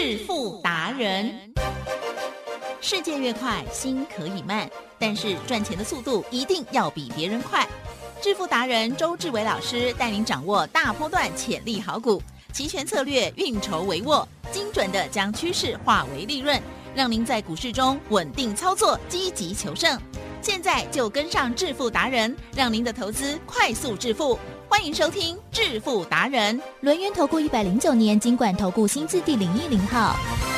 致富达人。世界越快，心可以慢，但是赚钱的速度一定要比别人快。致富达人周志伟老师带您掌握大波段潜力好股，期权策略运筹帷幄，精准的将趋势化为利润，让您在股市中稳定操作，积极求胜。现在就跟上致富达人，让您的投资快速致富。欢迎收听致富达人。 轮源投顾109年金管投顾新字第010号。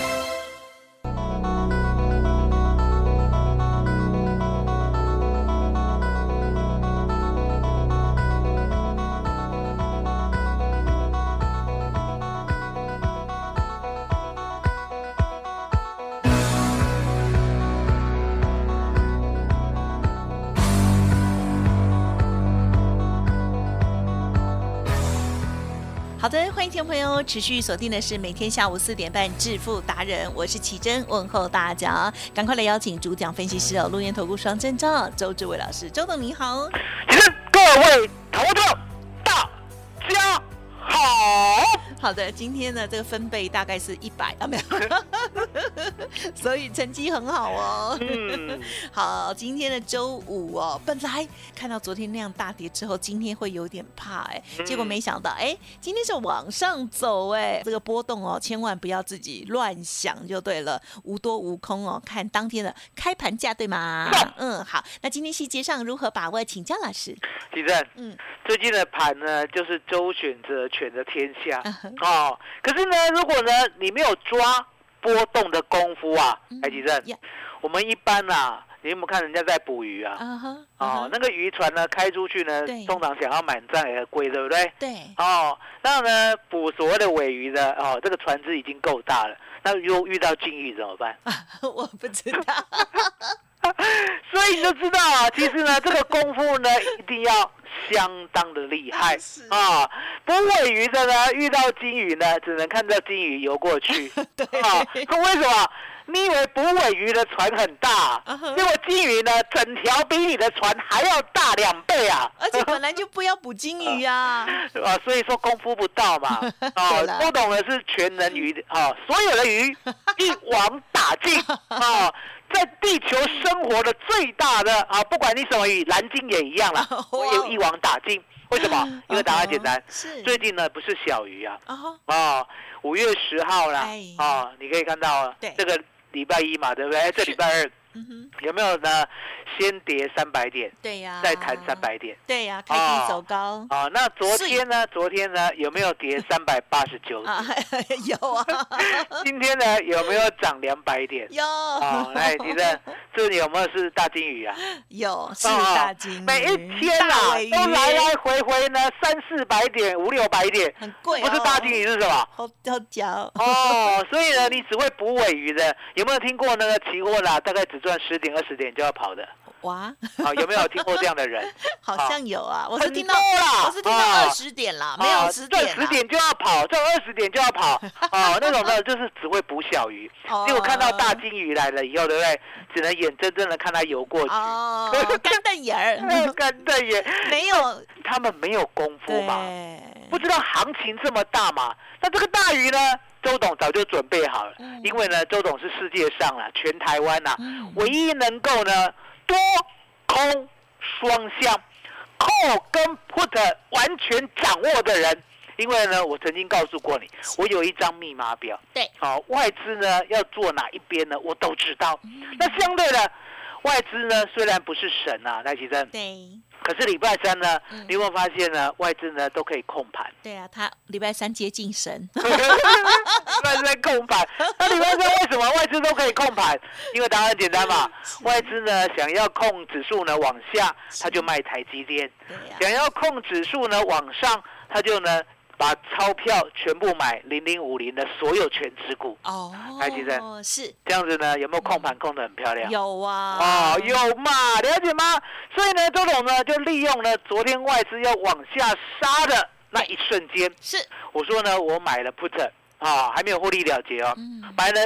好的，欢迎听众朋友持续锁定的是每天下午4点半致富达人，我是奇珍，问候大家，赶快来邀请主讲分析师陆源投顾双证照周志伟老师，周董你好。 奇珍，各位投资者大家好。 好的，今天呢这个分贝大概是100啊，没有，所以成绩很好哦。好，今天的周五哦，本来看到昨天那样大跌之后，今天会有点怕结果没想到今天是往上走这个波动哦，千万不要自己乱想就对了，无多无空哦，看当天的开盘价对吗？好，那今天细节上如何把握，请教老师。 奇珍，最近的盘呢，就是周选择权的天下。可是呢，如果呢你没有抓波动的功夫啊，奇珍，我们一般啊，你有没有看人家在捕鱼啊？那个渔船呢开出去呢，通常想要满载而归，对不对？ 对。 然后呢捕所谓的尾鱼的这个船只已经够大了，那又遇到金鱼怎么办？ 我不知道。 所以你就知道啊，其实呢，这个功夫呢，一定要相当的厉害捕尾鱼的呢，遇到金鱼呢，只能看到金鱼游过去。对为什么？你以为捕尾鱼的船很大，结果金鱼呢，整条比你的船还要大2倍啊！ 而且本来就不要捕金鱼啊， 所以说功夫不到嘛。不懂的是全能鱼所有的鱼一网打尽在地球生活的最大的不管你什么鱼，蓝鲸也一样啦，也一网打尽。为什么？因为答案简单，最近呢不是小鱼啊，5月10号啦你可以看到这个礼拜一嘛，对不对？这礼拜二有没有呢？先跌300点， 对呀， 再弹300点， 对呀，开低走高。 那昨天呢有没有跌389点？ 有啊。 今天呢有没有涨200点？ 有。 来，奇珍，这里有没有是大金鱼啊？ 有，是大金鱼。 每一天都来来回回呢300-400点、500-600点， 很贵。 不是大金鱼是什么？ 好嚼。 所以呢，你只会捕尾鱼的，有没有听过那个期货啦？大概只赚10点、20点就要跑的。 哇， 有没有听过这样的人？ 好像有啊，我是听到20点啦，没有10点啦。 赚10点就要跑，赚20点就要跑，那种呢就是只会捕小鱼，结果看到大金鱼来了以后，对不对？只能眼睁睁的看它游过去。 干瞪眼儿， 干瞪眼， 没有， 他们没有功夫嘛，不知道行情这么大嘛。那这个大鱼呢？周董早就准备好了，因为呢，周董是世界上全台湾唯一能够呢多空双向 call 跟 put 完全掌握的人。因为呢，我曾经告诉过你，我有一张密码表， 对， 外资呢要做哪一边呢，我都知道。那相对的，外资呢虽然不是神啊，赖奇珍， 对。 可是礼拜三呢，你有没有发现呢？外资呢都可以控盘。 对啊，他礼拜三接近神。 礼拜三控盘，那礼拜三为什么外资都可以控盘？因为答案简单嘛，外资呢想要控指数呢往下，他就卖台积电；想要控指数呢往上，他就呢把钞票全部买0050的所有权持股。台积电是这样子呢，有没有控盘控得很漂亮？ 有啊。 有嘛，了解吗？所以呢，周董呢就利用了昨天外资要往下杀的那一瞬间， 是我说呢，我买了 put 还没有获利了结买了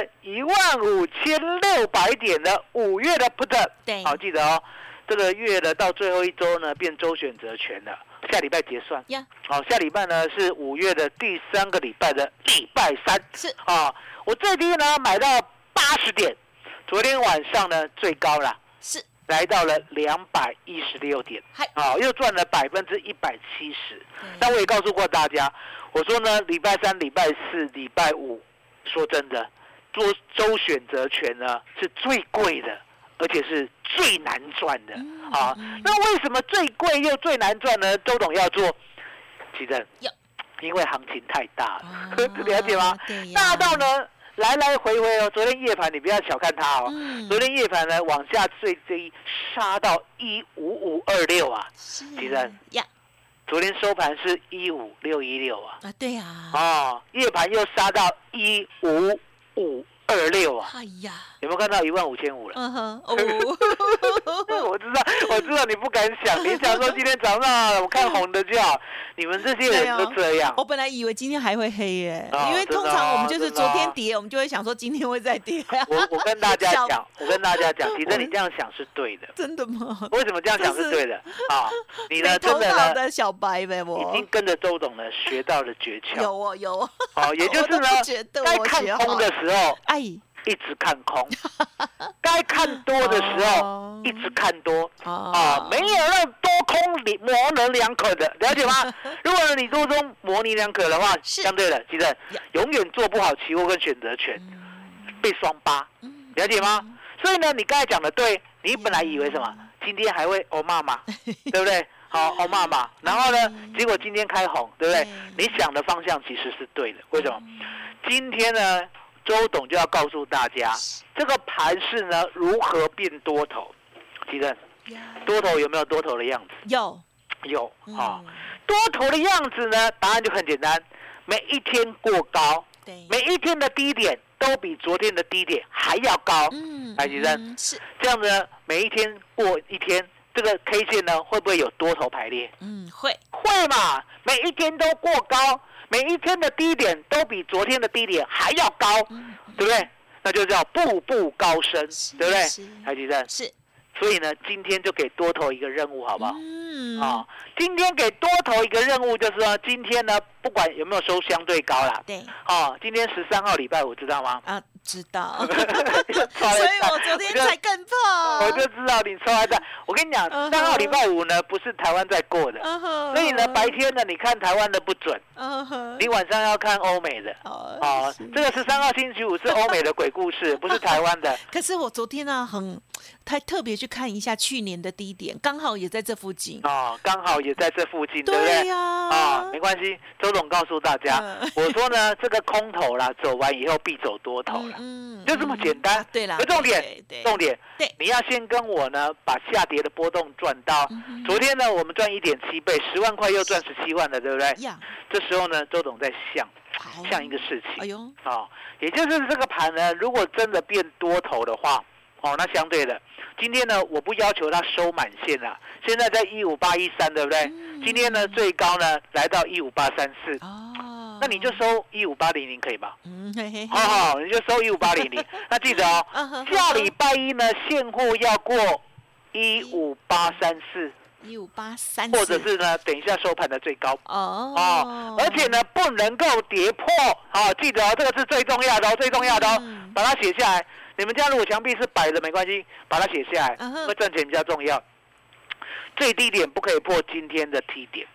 15600点的5月的 put， 对， 记得这个月的到最后一周呢变周选择权了。 下礼拜结算呀， 好，下礼拜呢是5月的第3个礼拜的礼拜3， 是啊，我最低呢买到80点，昨天晚上呢最高了， 是来到了216点，好，又赚了170%。那我也告诉过大家，我说呢，礼拜3、礼拜4、礼拜5，说真的，做周选择权呢是最贵的，而且是最难赚的啊。那为什么最贵又最难赚呢？周董要做，其实因为行情太大了，了解吗？大到呢来来回回哦。昨天夜盘你不要小看它哦，昨天夜盘呢往下最低杀到15526啊，其实昨天收盘是15616啊， 对呀， 哦，夜盘又杀到15526啊， 哎呀， 有没有看到15500了？我知道你不敢想，你想说今天早上我看红的就好，你们这些人都这样。 我本来以为今天还会黑耶，因为通常我们就是昨天跌，我们就会想说今天会再跌。 我跟大家讲，其实你这样想是对的。 真的吗？ 为什么这样想是对的？啊，你呢真的小白呗，我已经跟着周董呢学到了诀窍。 有哦，也就是呢，该看空的时候，一直看空，该看多的时候一直看多，没有那多空模棱两可的，了解吗？如果你多空模棱两可的话，相对的，其实永远做不好期货跟选择权，被双八，了解吗？所以呢，你刚才讲的对，你本来以为什么？今天还会欧妈妈，对不对？好，欧妈妈，然后呢，结果今天开红，对不对？你想的方向其实是对的，为什么？今天呢？周董就要告诉大家，这个盘势呢如何变多头？其实多头有没有多头的样子？有啊，多头的样子呢，答案就很简单，每一天过高，每一天的低点都比昨天的低点还要高。来，其实是这样子呢，每一天过一天，这个 K 线呢会不会有多头排列？会嘛，每一天都过高。每一天的低点都比昨天的低点还要高，对不对？那就叫步步高升，对不对？台积电是，所以呢，今天就给多头一个任务，好不好？今天给多头一个任务就是说，今天呢，不管有没有收相对高啦， 对， 今天13号礼拜5，知道吗？ 知道，所以我昨天才更怕。 我就知道你超爱蛋。我跟你讲，3号礼拜5呢，不是台湾在过的，所以呢，白天呢，你看台湾的不准，你晚上要看欧美的。这个13号星期5是欧美的鬼故事，不是台湾的。 可是我昨天呢，太特别去看一下去年的低点，刚好也在这附近。 刚好也在这附近，对不对？ 对呀。 没关系，周董告诉大家，我说呢，这个空头啦，走完以后必走多头了。就这么简单。 对啦。 重点，对，你要先跟我呢，把下跌的波动赚到。昨天呢，我们赚1.7倍，10万块又赚17万了，对不对？这时候呢，周董在想一个事情。也就是这个盘呢，如果真的变多头的话，那相对的，今天呢，我不要求它收满线了，现在在15813，对不对？今天呢，最高呢来到15834。那你就收15800可以吧？你就收15800。那记得下礼拜一呢，现货要过15834。15834，或者是呢，等一下收盘的最高而且呢，不能够跌破记得这个是最重要的最重要的把它写下来。你们家如果墙壁是白的没关系，把它写下来，会赚钱比较重要。最低点不可以破今天的 T 点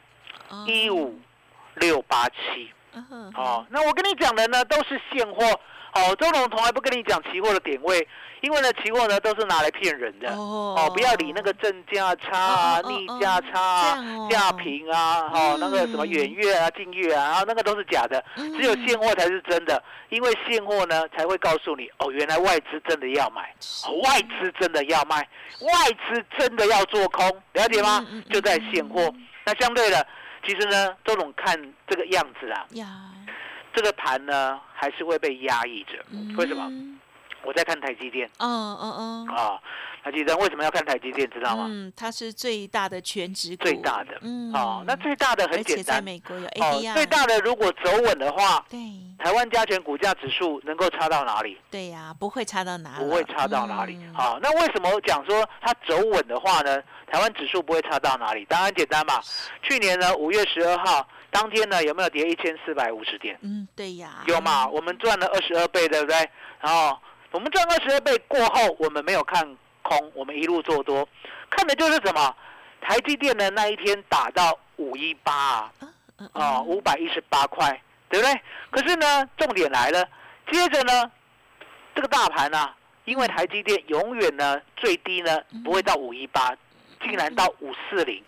15687。那我跟你讲的呢都是现货。周董从来不跟你讲期货的点位，因为呢期货呢都是拿来骗人的。不要理那个正价差逆价差价平那个什么远月近月然后那个都是假的，只有现货才是真的，因为现货呢才会告诉你原来外资真的要买，外资真的要卖，外资真的要做空，了解吗？就在现货。那相对的，其实呢，周董看这个样子这个盘呢还是会被压抑着。为什么？我在看台积电。 台积电为什么要看台积电？知道吗？ 它是最大的全指股， 最大的。那最大的很简单， 而且在美国有 ADR。 最大的如果走稳的话， 对， 台湾加权股价指数能够差到哪里？ 对呀，不会差到哪里， 不会差到哪里。好，那为什么讲说它走稳的话呢？台湾指数不会差到哪里？当然简单嘛。去年呢5月12号当天呢有没有跌1450点？ 对呀， 有嘛？我们赚了22倍，对不对？然后我们赚22倍过后，我们没有看空，我们一路做多，看的就是什么？台积电的那一天打到518啊，518块，对不对？可是呢，重点来了，接着呢，这个大盘啊，因为台积电永远呢最低呢不会到518，竟然到540，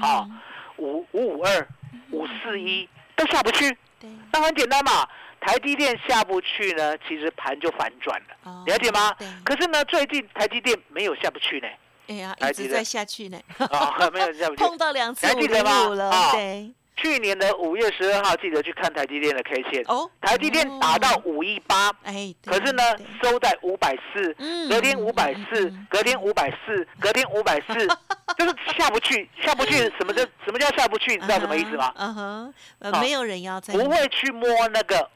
552、541都下不去。那很简单嘛，台积电下不去呢，其实盘就反转了，了解吗？可是呢，最近台积电没有下不去呢。 哎呀，一直在下去呢。 没有下不去， 碰到2次505了。对。 去年的5月12号，记得去看台积电的 K 线。台积电打到518，可是呢收在540，隔天540，隔天540，隔天540，就是下不去，下不去。什么叫下不去？你知道什么意思吗？ 没有人要不会去摸那个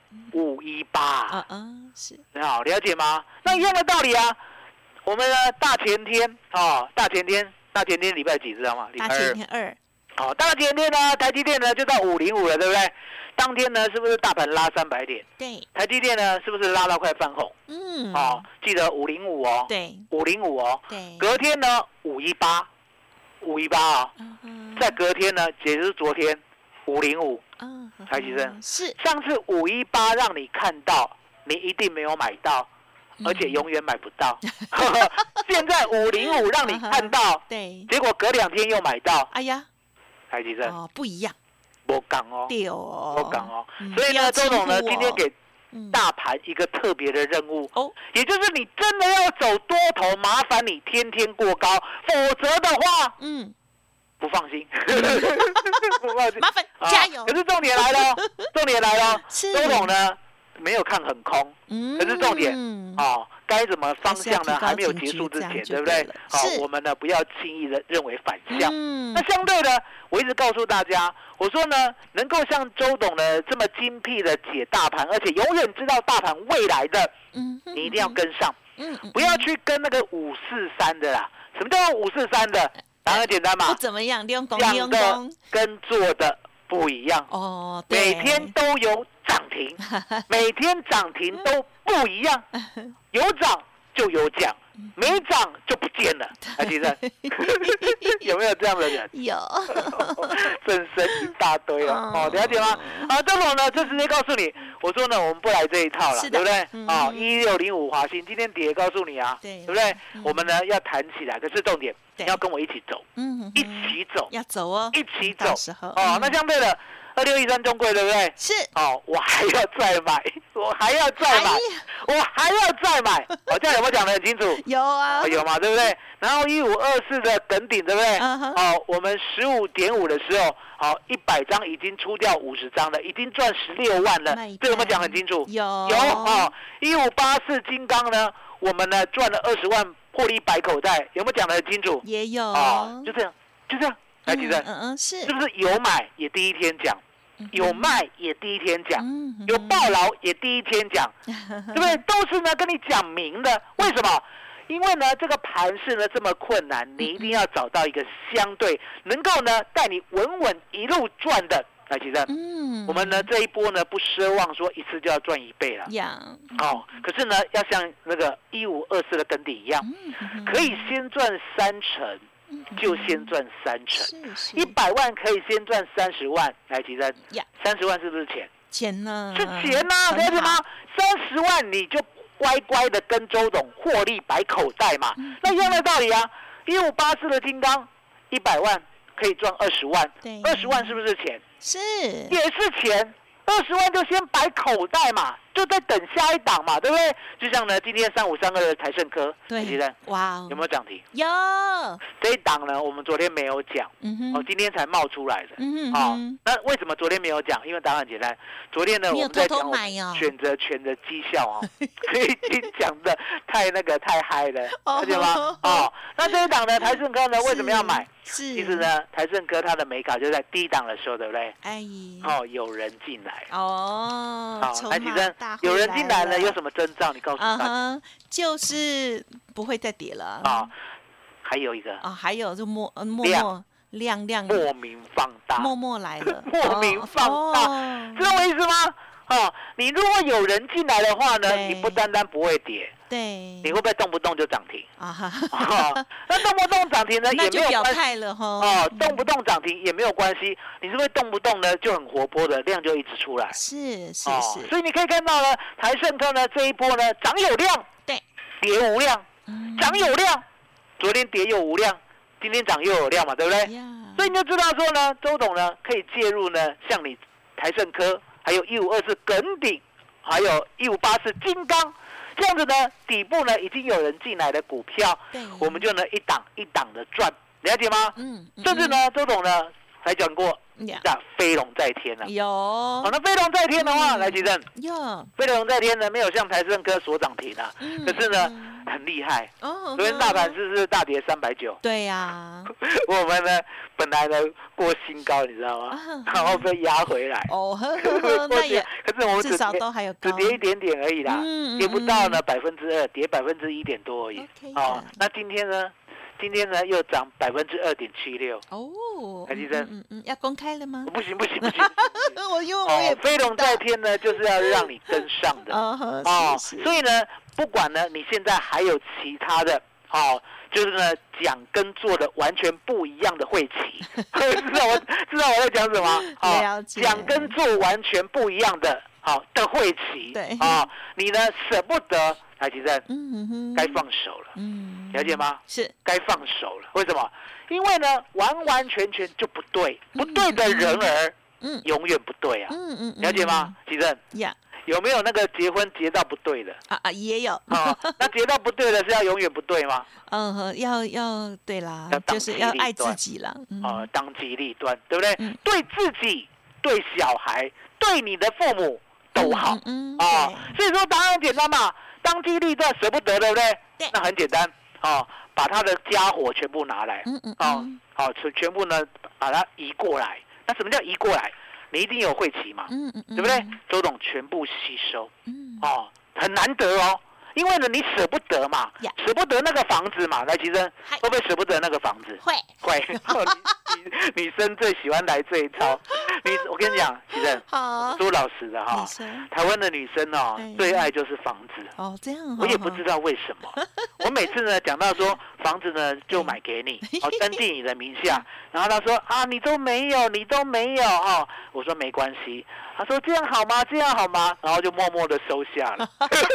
518。 是。 好，了解吗？那一样的道理啊。我们呢大前天礼拜几知道吗？ 大前天2。 大前天呢，台积电呢就到505了，对不对？当天呢是不是大盘拉300点？ 对。 台积电呢是不是拉到快翻红？记得505哦。 对。 505哦。 对。 隔天呢518啊，再隔天呢，也就是昨天505。台积电是。 上次518让你看到，你一定没有买到。而且永远买不到。现在505让你看到， 对， 结果隔2天又买到。 哎呀， 台积电不一样， 没讲哦， 对哦， 没讲哦。所以呢，周董呢今天给大盘一个特别的任务，也就是你真的要走多头，麻烦你天天过高，否则的话，不放心，不放心， 麻烦加油。 可是重点来了，周董呢没有看很空，可是重点该怎么方向呢？还没有结束之前，对不对？我们呢不要轻易的认为反向。那相对的，我一直告诉大家，我说呢，能够像周董呢这么精辟的解大盘，而且永远知道大盘未来的，你一定要跟上，不要去跟那个543的啦。什么叫543的？答案简单嘛， 不怎么样，讲的跟做的不一样每天都有涨停，每天涨停都不一样，有涨就有奖，没涨就不见了。台积电有没有这样的人？ 有， 真身一大堆了了解吗？这种呢，就直接告诉你，我说呢，我们不来这一套了，对不对？1605华兴今天跌，告诉你啊，对不对？我们呢要弹起来，可是重点你要跟我一起走，一起走， 要走哦， 一起走那相对的。2613中贵对不对？ 是我还要再买，我还要再买，这样有没有讲得很清楚？ 有啊， 有嘛，对不对？然后1524的等顶，对不对？我们15.5的时候，100张已经出掉50张了，已经赚16万了，这有没有讲很清楚？ 有 1584金刚呢，我们呢赚了20万，获利100口袋，有没有讲得很清楚？ 也有就这样。台积电是不是有买也第一天讲，有卖也第一天讲，有抱牢也第一天讲，对不对？都是呢跟你讲明的。为什么？因为呢这个盘势呢这么困难，你一定要找到一个相对能够呢带你稳稳一路赚的。台积电，我们呢这一波呢不奢望说一次就要赚1倍了，可是呢要像那个1524的跟底一样，可以先赚3成。就先赚3成，100万可以先赚30万，来提升，30万是不是钱？ 钱呢？ 是钱呐，了解吗？30万你就乖乖的跟周董获利摆口袋嘛。那一样的道理啊，1584的金刚，100万可以赚20万，20万是不是钱？ 是， 也是钱，20万就先摆口袋嘛。 就在等下一档嘛，对不对？就像呢，今天3532的台盛科， 对， 哇，有没有涨停？ 有。 这一档呢，我们昨天没有讲，今天才冒出来的。那为什么昨天没有讲？因为答案很简单，昨天呢我们在讲选择权的绩效啊，所以已经讲的太嗨了，了解吗？那这一档呢，台盛科呢，为什么要买？其实呢，台盛科它的美感就在低档的时候，对不对？有人进来来其实有人进来了，有什么征兆？你告诉大家， 就是不会再跌了还有一个还有就亮莫名放大， 默默来了， 莫名放大，知道我意思吗？你如果有人进来的话呢，你不单单不会跌， 对， 你会不会动不动就涨停？那动不动涨停呢，也没有表态了动不动涨停也没有关系，你是不是动不动呢就很活泼的量就一直出来？ 是， 所以你可以看到呢，台盛科呢这一波呢涨有量， 对， 跌无量，涨有量，昨天跌又无量，今天涨又有量嘛，对不对？所以你就知道说呢，周董呢可以介入呢，像你台盛科。还有1524耿鼎，还有1584金刚，这样子呢，底部呢已经有人进来的股票，我们就呢一档一档的赚，了解吗？甚至呢，周董呢还讲过，飞龙在天了。 有。 那飞龙在天的话，来吉正。 有。 飞龙在天呢，没有像台盛科所涨停啊，可是呢很厉害。昨天大盘是不是大跌390？ 对呀。 我们呢本来呢过新高，你知道吗？然后被压回来。 那也。 可是我们至少都还有只跌一点点而已啦，跌不到呢2%，跌1%点多而已。那今天呢？今天呢又涨2.76%。台积电， 要公开了吗？ 不行。 我也飞龙在天呢，就是要让你跟上的。所以呢，不管呢你现在还有其他的，就是呢讲跟做的完全不一样的会期，知道我在讲什么？讲跟做完全不一样的的会期，你呢舍不得。台积电，该放手了，了解吗？ 是该放手了。为什么？因为呢，完完全全就不对，不对的人儿，永远不对啊。了解吗？吉正，有没有那个结婚结到不对的？ 也有。 那结到不对的是要永远不对吗？ 要对啦，就是要爱自己啦。 当机立断，对不对？对自己、对小孩、对你的父母都好。所以说答案很简单嘛。当机立断，舍不得，对不对？那很简单，把他的家伙全部拿来，全部呢把它移过来。那什么叫移过来？你一定有会期嘛，对不对？周董全部吸收，很难得哦。因为呢，你舍不得嘛，舍不得那个房子嘛，来，其实会不会舍不得那个房子？ 会。 女生最喜欢来这一招。我跟你讲，其实说老实的哈，台湾的女生最爱就是房子。 这样。 我也不知道为什么。我每次呢讲到说房子呢就买给你，登记你的名下，然后他说你都没有我说没关系。他说这样好吗？然后就默默的收下了。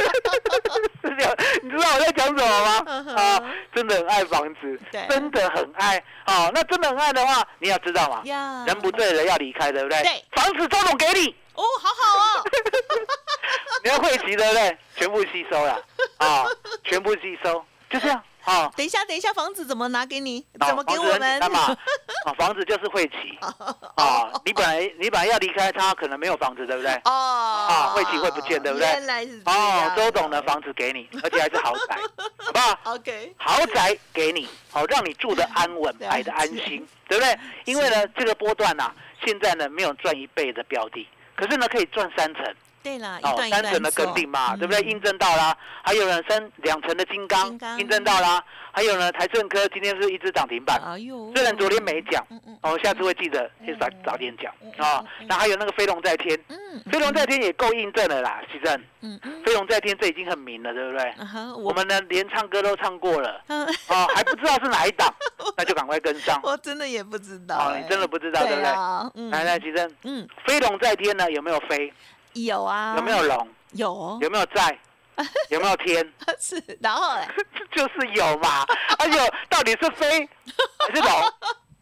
你知道我在讲什么吗？真的很爱房子，真的很爱。那真的很爱的话，你要知道嘛，人不对了要离开，对不对？ 对， 房子周董给你。 好好哦。 你要会期，对不对？全部吸收了，全部吸收，就这样。 等一下，房子怎么拿给你？怎么给我们？ 房子就是会期。你本来要离开，他可能没有房子，对不对？会期会不见，对不对？ 原来是这样。 周董的房子给你，而且还是豪宅，好不好 ？OK。 豪宅给你，让你住得安稳，买得安心，对不对？因为呢，这个波段现在呢没有赚1倍的标的，可是呢可以赚3成。 对啦 ，3成的耿鼎嘛，对不对？印证到啦，还有呢2成的金刚印证到啦，还有呢台盛科今天是一只涨停板，虽然昨天没讲，下次会记得早点讲那还有那个飞龙在天，飞龙在天也够印证了啦，其实飞龙在天这已经很明了，对不对？我们呢连唱歌都唱过了，还不知道是哪一档，那就赶快跟上。 我真的也不知道， 你真的不知道，对不对？来，其实飞龙在天呢有没有飞？ 有啊。 有没有龙？ 有。 有没有在？有没有天？ 是，然后就是有嘛。到底是飞还是龙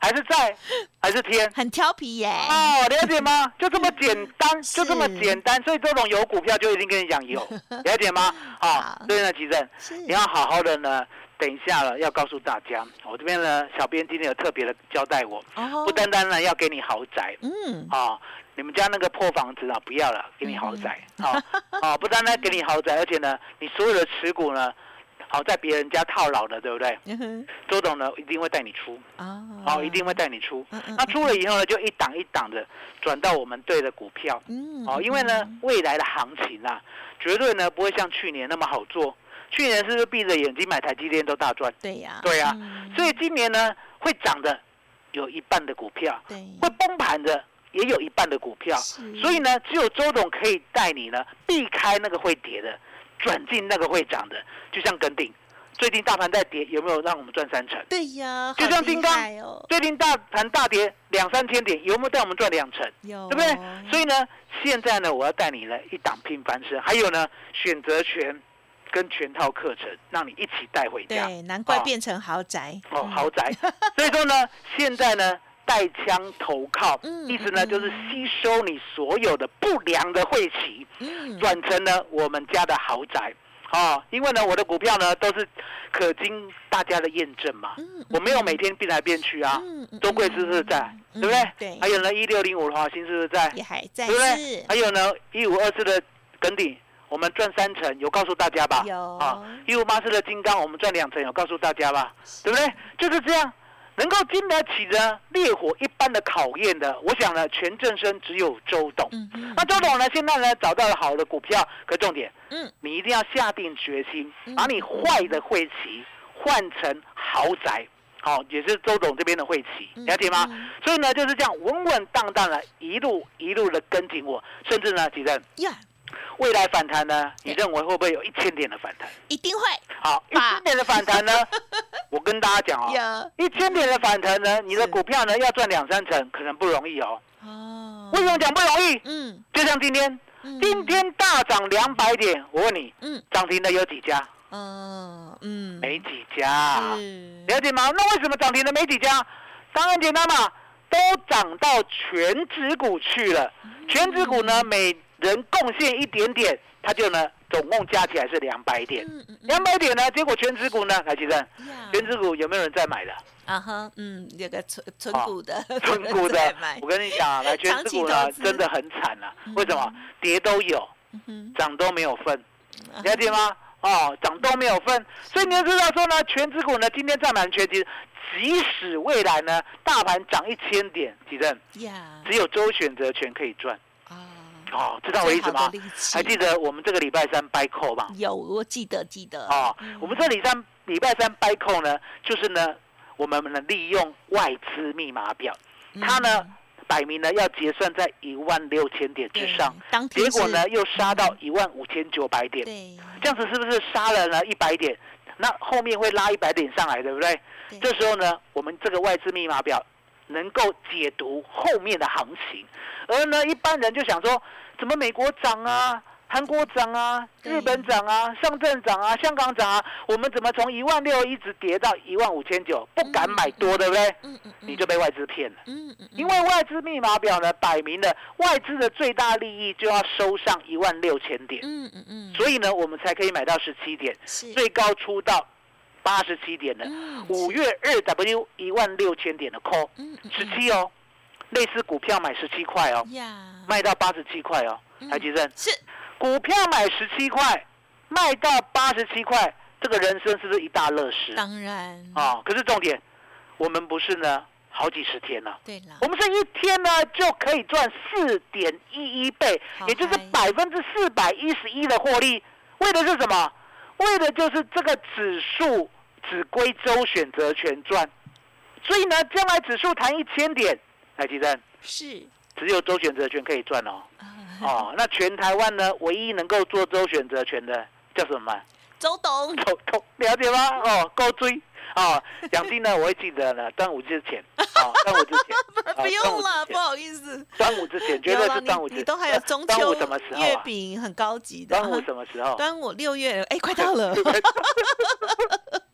还是在还是天？ 很调皮耶。 哦，了解吗？就这么简单，就这么简单。所以周董有股票就一定跟你讲有，了解吗？好，所以呢，吉正，你要好好的呢。等一下了，要告诉大家，我这边呢，小编今天有特别的交代我，不单单呢要给你豪宅，你们家那个破房子啊，不要了，给你豪宅，不单单给你豪宅，而且呢，你所有的持股呢，好在别人家套牢的，对不对？周董呢一定会带你出，一定会带你出。那出了以后呢，就一档一档的转到我们队的股票，因为呢，未来的行情啊，绝对呢不会像去年那么好做。去年是不是闭着眼睛买台积电都大赚？ 对呀， 对呀。所以今年呢，会涨的有一半的股票，会崩盘的也有一半的股票。所以呢，只有周董可以带你呢避开那个会跌的，转进那个会涨的。就像耿鼎，最近大盘在跌，有没有让我们赚3成？ 对呀， 就像金刚，最近大盘大跌2-3千点，有没有带我们赚2成？ 有， 对不对？所以呢，现在呢，我要带你呢一档拼翻身，还有呢选择权。跟全套课程，让你一起带回家。 对，难怪变成豪宅。 豪宅。所以说呢，现在呢，带枪投靠，意思呢就是吸收你所有的不良的晦气，转成了我们家的豪宅。因为呢，我的股票呢都是可经大家的验证嘛，我没有每天变来变去啊。周贵是不是在？对不对？ 对。 还有呢，1605的华兴是不是在？ 也还在， 对不对？还有呢，1524的耿鼎。我们赚3成，有告诉大家吧？ 有 158的金刚，我们赚2成，有告诉大家吧？对不对？就是这样，能够经得起呢烈火一般的考验的，我想呢，全正生只有周董。那周董呢，现在呢找到了好的股票，可重点，你一定要下定决心，把你坏的晦气换成豪宅。也是周董这边的晦气，了解吗？所以呢，就是这样稳稳当当的，一路的跟紧我，甚至呢，吉正。未来反弹呢？你认为会不会有1000点的反弹？ 一定会。 好，1000点的反弹呢？我跟大家讲1000点的反弹呢，你的股票呢要赚2-3成，可能不容易哦。为什么讲不容易？就像今天大涨200点，我问你，涨停的有几家？没几家，了解吗？那为什么涨停的没几家？当然简单嘛，都涨到全指股去了。全指股呢，每人贡献一点点，它就呢总共加起来是200点。200点呢，结果全指股呢，来吉正，全指股有没有人在买的？ 有个存股的， 存股的，我跟你讲啊，来全指股呢真的很惨啊。为什么？跌都有，涨都没有分，了解吗？涨都没有分，所以你要知道说呢，全指股呢今天占满全指，即使未来呢大盘涨1000点，吉正，只有周选择权可以赚。知道我意思吗？还记得我们这个礼拜3 buy call 吗？ 有，我记得。 我们这礼拜三 buy call 呢，就是呢，我们呢利用外资密码表，它呢摆明呢要结算在16000点之上，结果呢又杀到15900点，这样子是不是杀了呢100点？那后面会拉100点上来，对不对？这时候呢，我们这个外资密码表能够解读后面的行情，而呢一般人就想说，怎么美国涨啊，韩国涨啊，日本涨啊，上证涨啊，香港涨啊，我们怎么从16000一直跌到15900，不敢买多，对不对？你就被外资骗了。因为外资密码表呢，摆明了外资的最大利益就要收上16000点。所以呢，我们才可以买到17点，最高出到87点的5月2W 16000点的 call， 17哦，类似股票买17块哦，卖到87块哦，台积电是股票买17块，卖到87块，这个人生是不是一大乐事？ 当然可是重点，我们不是呢好几十天了， 对了， 我们是一天呢就可以赚4.11倍，也就是411%的获利，为的是什么？为的就是这个指数只归周选择权赚，所以呢，将来指数弹1000点，台积电是只有周选择权可以赚哦。那全台湾呢，唯一能够做周选择权的叫什么？ 周董， 了解吗？够追奖金呢，我会记得呢，端午之前，端午之前， 不用了，不好意思， 端午之前绝对是端午之前， 你都还有中秋什么时候月饼很高级的， 端午什么时候？ 端午6月，快到了。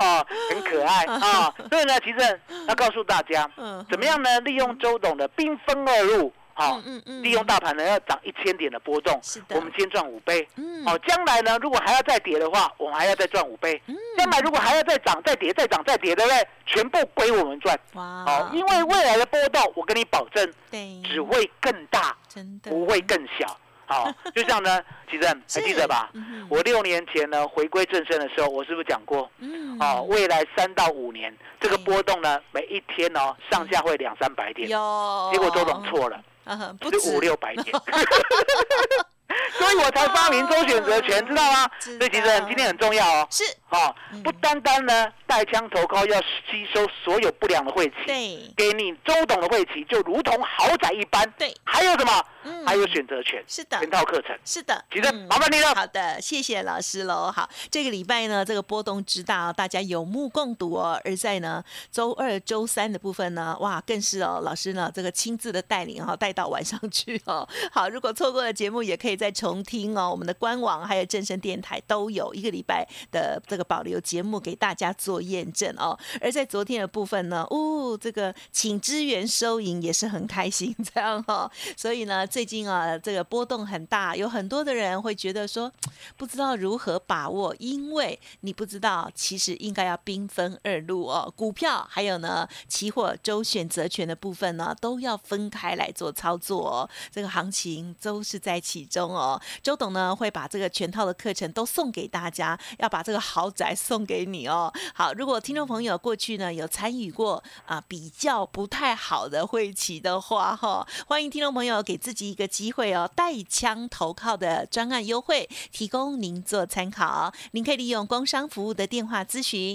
很可爱啊。所以呢，其实要告诉大家，怎么样呢？利用周董的兵分二路。利用大盘呢要涨1000点的波动，我们先赚5倍。将来呢，如果还要再跌的话，我们还要再赚5倍。将来如果还要再涨、再跌、再涨、再跌，对不对？全部归我们赚。因为未来的波动，我跟你保证，只会更大，不会更小。就像呢，其实还记得吧？我6年前呢回归正身的时候，我是不是讲过？未来3到5年这个波动呢，每一天哦上下会200-300点。结果周董错了。是500-600点，所以我才发明周选择权，知道吗？所以其实今天很重要哦。 是不单单呢带枪投靠要吸收所有不良的晦气，给你周董的晦气就如同豪宅一般。对，还有什么？还有选择权， 是的， 全套课程， 是的。 其实麻烦你了。 好的，谢谢老师喽。好，这个礼拜呢，这个波动之大，大家有目共睹哦。而在呢周2、周3的部分呢，哇，更是哦，老师呢这个亲自的带领带到晚上去哦。好，如果错过了节目，也可以再重听哦。我们的官网还有正声电台都有1个礼拜的这个保留节目给大家做验证哦。而在昨天的部分呢，这个请支援收银也是很开心这样哦。所以呢，最近啊，这个波动很大，有很多的人会觉得说，不知道如何把握，因为你不知道，其实应该要兵分2路哦。股票还有呢，期货周选择权的部分呢，都要分开来做操作哦。这个行情都是在其中哦。周董呢会把这个全套的课程都送给大家，要把这个豪宅送给你哦。好，如果听众朋友过去呢有参与过比较不太好的会期的话欢迎听众朋友给自己一个机会哦，带枪投靠的专案优惠提供您做参考。您可以利用工商服务的电话咨询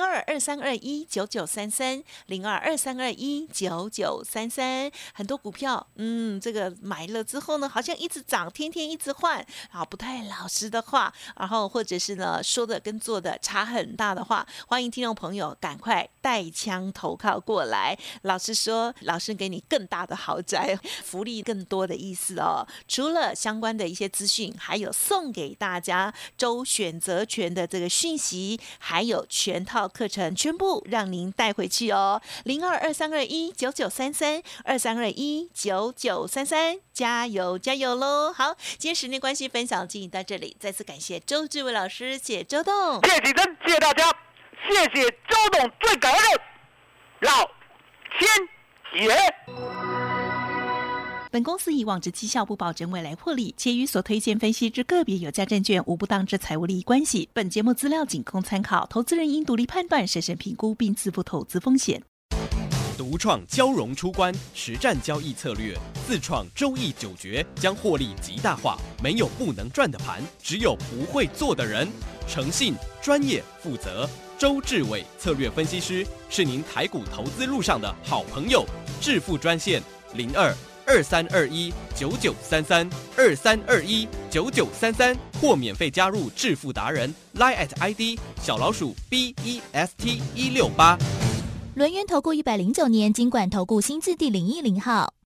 0223219933 0223219933。很多股票这个买了之后呢，好像一直涨，天天一直换，不太老实的话，然后或者是呢说的跟做的差很大的话，欢迎听众朋友赶快带枪投靠过来。老实说，老师给你更大的豪宅，福利更多的意思哦。除了相关的一些资讯，还有送给大家周选择权的这个讯息，还有全套课程，全部让您带回去哦。0223219933 23219933，加油加油喽！好，今天时间关系，分享进行到这里，再次感谢周志伟老师，谢谢周董， 谢谢启真，谢谢大家，谢谢周董，最感恩的老天爷。 本公司以往之绩效不保证未来获利，且与所推荐分析之个别有价证券无不当之财务利益关系。本节目资料仅供参考，投资人应独立判断、审慎评估并自负投资风险。 独创交融出关实战交易策略，自创周易9诀，将获利极大化。没有不能赚的盘，只有不会做的人。诚信、专业、负责，周志伟策略分析师是您台股投资路上的好朋友。致富专线0223219933 23219933，或免费加入致富达人 Line ID 小老鼠BEST168。 轮源投顾109年金管投顾新字第010号。